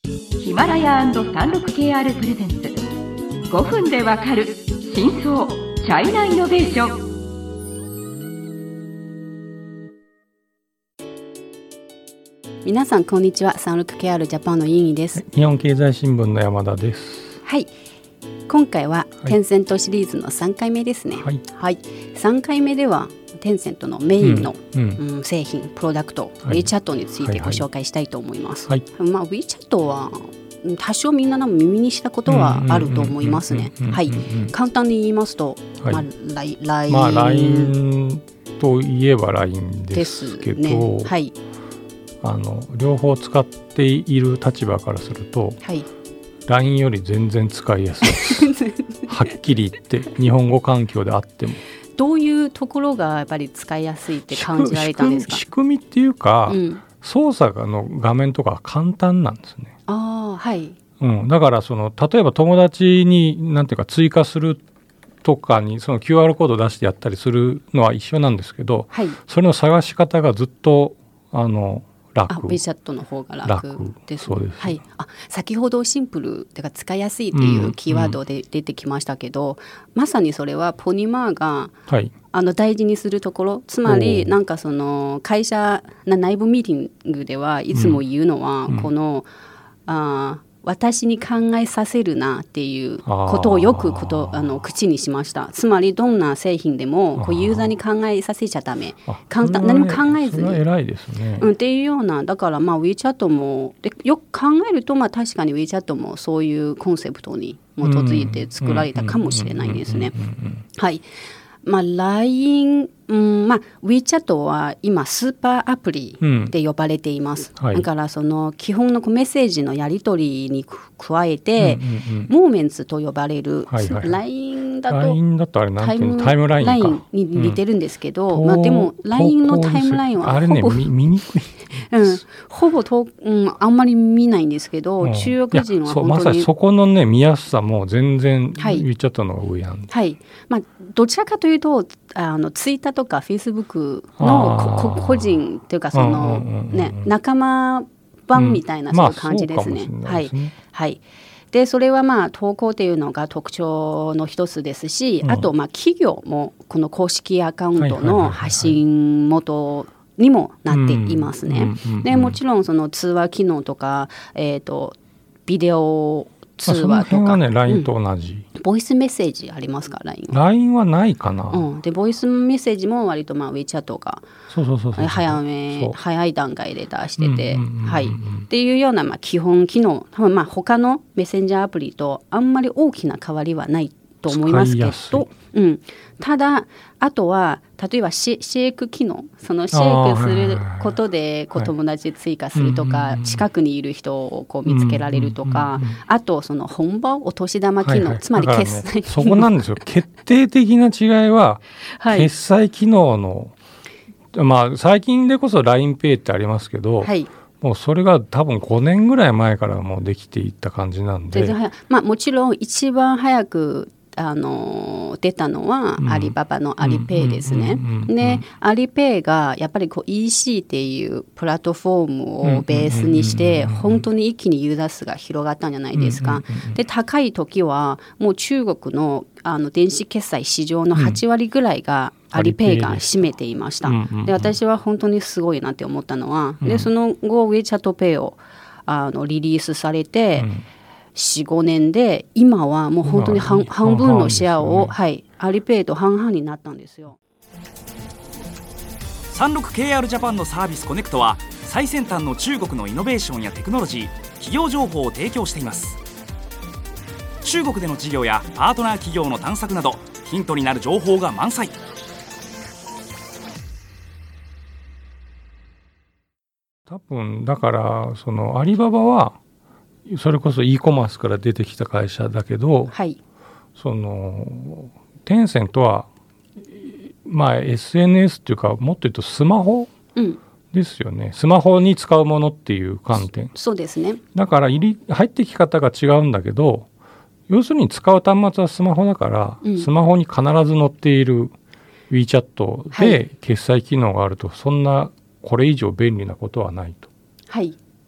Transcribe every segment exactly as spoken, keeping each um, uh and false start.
ヒマラヤ &さんじゅうろくケーアール プレゼンツごふんでわかる真相チャイナイノベーション。 皆さんこんにちは。 さんじゅうろくケーアール ジャパンのユニです。 日本経済新聞の山田です。 はい、今回はテンセントシリーズのさんかいめですね。はい、はい、さんかいめではテンセントのメインの、うんうん、製品プロダクト、はい、WeChat についてご紹介したいと思います。はいはい、まあ、WeChat は多少みんなの耳にしたことはあると思いますね。はい、簡単に言いますと、はい、まあ、ライン、 まあ、ライン といえば ライン ですけど、ね、はい、あの両方使っている立場からすると、はい、ライン より全然使いやすいですはっきり言って日本語環境であっても。 どういうところがやっぱり使いやすいって感じられたんですか？ 仕組みっていうか、うん、操作の画面とか簡単なんですね。 あ、はい、 うん、だからその例えば友達になんていうか追加するとかにその キューアール コードを出してやったりするのは一緒なんですけど、はい、それの探し方がずっとあの楽。 WeChat の方が楽です、ね。そうです。はい、あ、先ほどシンプルというか使いやすいっていうキーワードで出てきましたけど、うんうん、まさにそれはポニマーが、はい、あの大事にするところ、つまりなんかその会社の内部ミーティングではいつも言うのは、うん、この、あ、私に考えさせるなっていうことをよくことあの口にしました。つまりどんな製品でもこうユーザーに考えさせちゃダメ、簡単、何も考えずに、 偉いですね、 うん、っていうような。だからまあ WeChat もでよく考えると、まあ確かに WeChat もそういうコンセプトに基づいて作られたかもしれないですね。はい、まあ、ライン、うん、まあ、WeChat は今スーパーアプリで呼ばれています。うん、はい、だからその基本のメッセージのやり取りに加えて、うんうんうん、モーメンツと呼ばれる、はいはい、ライン だと、 ライン だとあれなんていうの、タイムラインか、 ラインに似てるんですけど、うん、まあ、でも ライン のタイムラインはほぼあれ、ね、見, 見にくいうん、ほぼと、うん、あんまり見ないんですけど、うん、中国人は本当にまさにそこの、ね、見やすさも全然 WeChat の方が上なんで、 はい、まあ、どちらかというとあのツイッターとかフェイスブックの個人というかその、ね、仲間版みたいな、そういう感じですね。はい、はい、でそれはまあ投稿というのが特徴の一つですし、うん、あとまあ企業もこの公式アカウントの発信元にもなっていますね。でもちろんその通話機能とか、えーと、ビデオ通話とか、まあ、その辺はね ライン と同じ、 うん、ボイスメッセージありますか？ ライン はライン はないかな、 うん、でボイスメッセージも割とまあ WeChat が早め早い段階で出してて、はい、っていうようなまあ基本機能、多分まあ他のメッセンジャーアプリとあんまり大きな変わりはないと思いますけど、うん、ただあとは例えばシェ、シェイク機能、そのシェイクすることでこう友達追加するとか、はい、近くにいる人をこう見つけられるとか、あとその本場お年玉機能、はいはい、つまり決済機能、ね、 そこなんですよ決定的な違いは、はい、決済機能の、まあ、最近でこそ ラインペイ ってありますけど、はい、もうそれが多分ごねんぐらい前からもうできていった感じなんで、 まあ、もちろん一番早くあの出たのはアリババのアリペイですね。でアリペイがやっぱりこう イーシー っていうプラットフォームをベースにして本当に一気にユーザー数が広がったんじゃないですか。で高い時はもう中国のあの電子決済市場のはちわりぐらいがアリペイが占めていました。で私は本当にすごいなって思ったのは、でその後 WeChat ペイをあのリリースされて、うん、よん、ごねんで今はもう本当に 半,、まあ、半分のシェアを、はい、アリペイと半々になったんですよ。 さんじゅうろくケーアール ジャパンのサービスコネクトは最先端の中国のイノベーションやテクノロジー、企業情報を提供しています。中国での事業やパートナー企業の探索などヒントになる情報が満載。 多分だからそのアリババはそれこそ e コマースから出てきた会社だけど、はい、そのテンセントはまあ エスエヌエス っていうかもっと言うとスマホですよね、うん、スマホに使うものっていう観点。 そうですね。だから入り入ってき方が違うんだけど、要するに使う端末はスマホだから、うん、スマホに必ず載っている WeChat で決済機能があると、はい、そんなこれ以上便利なことはないと。 はい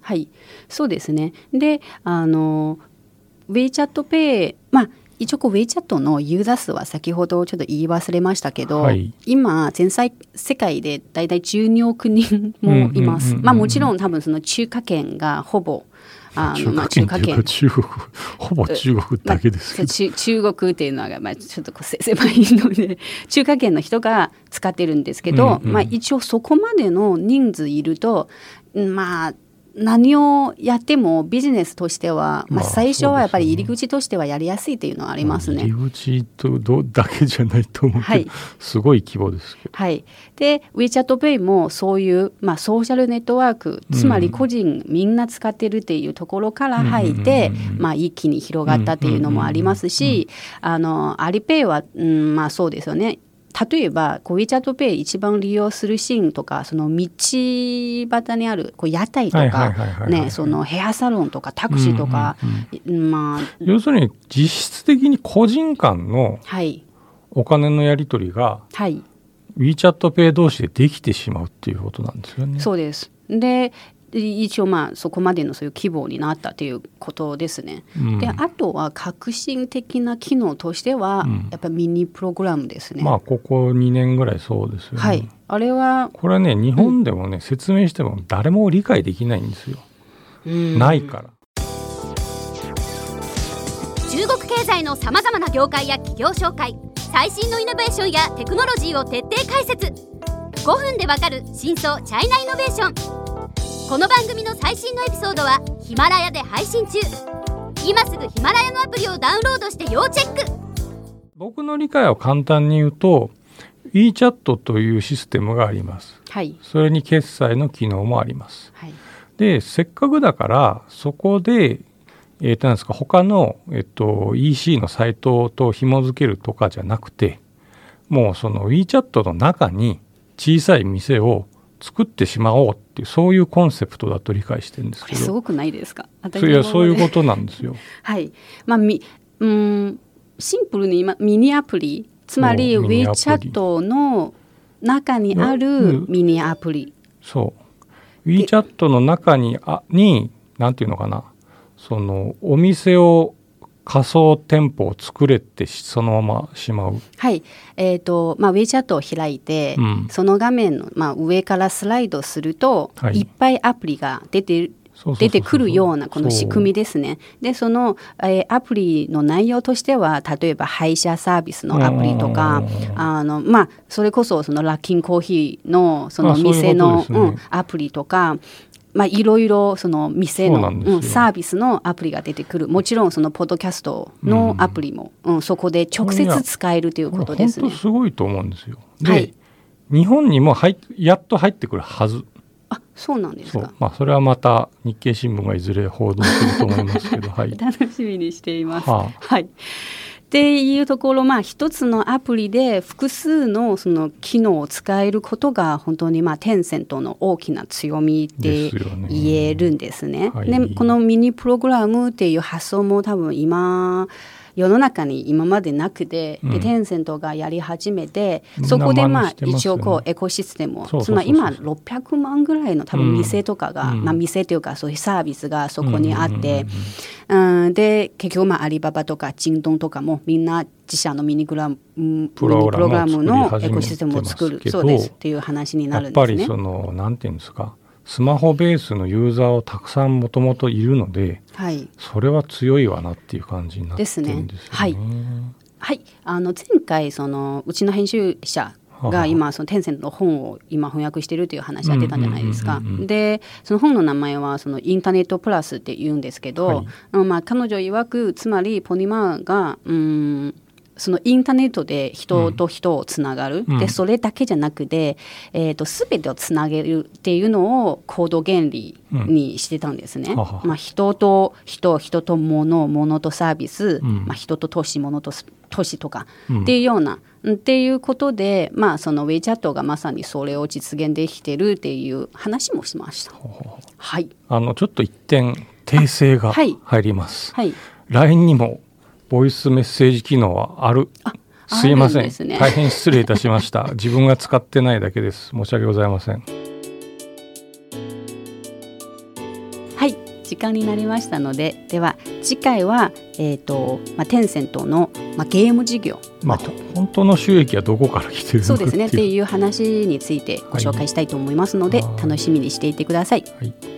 はい、そうですね。で、あの WeChat Pay、まあ一応こう WeChat のユーザー数は先ほどちょっと言い忘れましたけど、はい、今全世界でだいたいじゅうにおくにんもいます。まあもちろん多分その中華圏がほぼあのまあ中華圏中国ほぼ中国だけですけど、まあ、 中, 中国っていうのはまあちょっとこう狭いので中華圏の人が使ってるんですけど、うんうん、まあ一応そこまでの人数いるとまあ何をやってもビジネスとしては、まあ、最初はやっぱり入り口としてはやりやすいというのはありますね。 入り口とどだけじゃないと思うけど、はい、すごい規模ですけど、 はい、で WeChat Pay もそういう、まあ、ソーシャルネットワーク、つまり個人みんな使ってるっていうところから入って、うんまあ、一気に広がったっていうのもありますし、あのアリペイは、うんまあ、そうですよね。例えばこう WeChat Pay 一番利用するシーンとか、その道端にあるこう屋台とかね、そのヘアサロンとかタクシーとか、うんうんうん、まあ要するに実質的に個人間のお金のやり取りが、はい、WeChat Pay 同士でできてしまうっていうことなんですよね。 そうです。で一応まあそこまでのそういう規模になったということですね、うん、であとは革新的な機能としては、うん、やっぱりミニプログラムですね。 まあここにねんぐらいそうですよね。 はい、あれはこれね日本でもね、うん、説明しても誰も理解できないんですよ、うん、ないから。 中国経済のさまざまな業界や企業紹介、最新のイノベーションやテクノロジーを徹底解説。ごふんでわかる真相チャイナイノベーション。この番組の最新のエピソードはヒマラヤで配信中。今すぐヒマラヤのアプリをダウンロードして要チェック。 僕の理解を簡単に言うと WeChat というシステムがあります、はい、それに決済の機能もあります、はい、でせっかくだからそこで、えー、となんですか他の、えっと、イーシー のサイトと紐付けるとかじゃなくて、もうその WeChat の中に小さい店を作ってしまおうっていうそういうコンセプトだと理解してるんですけど。 これすごくないですか。 いやそういうことなんですよ。 はい、まあ、みうんシンプルに今ミニアプリ、つまり WeChat の中にあるミニアプリ。 そう WeChat の中にあになんていうのかな、そのお店を仮想店舗を作れてそのまましまう。 はい、えーとまあ、WeChat を開いて、うん、その画面の、まあ、上からスライドすると、はい、いっぱいアプリが出て出てくるようなこの仕組みですね。でその、えー、アプリの内容としては、例えば配車サービスのアプリとか、あの、まあ、それこそそのラッキンコーヒーのその店の、ねうん、アプリとか、まあ、いろいろその店の、うん、サービスのアプリが出てくる。もちろんそのポッドキャストのアプリも、うんうん、そこで直接使えるということですね。 本当すごいと思うんですよ。で、はい、日本にも入やっと入ってくるはず。 あ、そうなんですか。 そう、まあ、それはまた日経新聞がいずれ報道すると思いますけど、はい、 楽しみにしています、はあはい、っていうところ、まあ、一つのアプリで複数のその機能を使えることが本当にまあテンセントの大きな強みって言えるんですね。はい、でこのミニプログラムっていう発想も多分今世の中に今までなくて、うん、でテンセントがやり始めて、そこでまあ一応こうエコシステムを、つまり今ろっぴゃくまんぐらいの多分店とかが、うんまあ、店というかそういうサービスがそこにあって、うんうん、で結局まあアリババとか京東とかもみんな自社のミニグラムミニプログラムのエコシステムを作るそうですっていう話になるんですね。 やっぱりそのなんていうんですか、スマホベースのユーザーをたくさんもともといるので、はい、それは強いわなっていう感じになってるんですよね。ですね。はい、 はい、あの前回そのうちの編集者が今そのテンセントの本を今翻訳しているという話やってたんじゃないですか。でその本の名前はそのインターネットプラスって言うんですけど、はいまあ、彼女曰くつまりポニマがうんそのインターネットで人と人をつながる、うん、でそれだけじゃなくて、えーと、全てをつなげるっていうのをコード原理にしてたんですね。うんははまあ、人と人、人と物、物とサービス、うんまあ、人と都市、物と都市とか、うん、っていうようなっていうことで、まあ、その WeChat がまさにそれを実現できてるっていう話もしました。はい、 あのちょっと一点訂正が入ります。はいはい、ライン にもボイスメッセージ機能はある。あすいません、ね、大変失礼いたしました自分が使ってないだけです。申し訳ございません。 は時間になりましたので、では次回は、えーとまあ、テンセントの、まあ、ゲーム事業、 まあ、本当の収益はどこから来てるのかそうですねっていう話についてご紹介したいと思いますので、 はい、 楽しみにしていてください。 はい。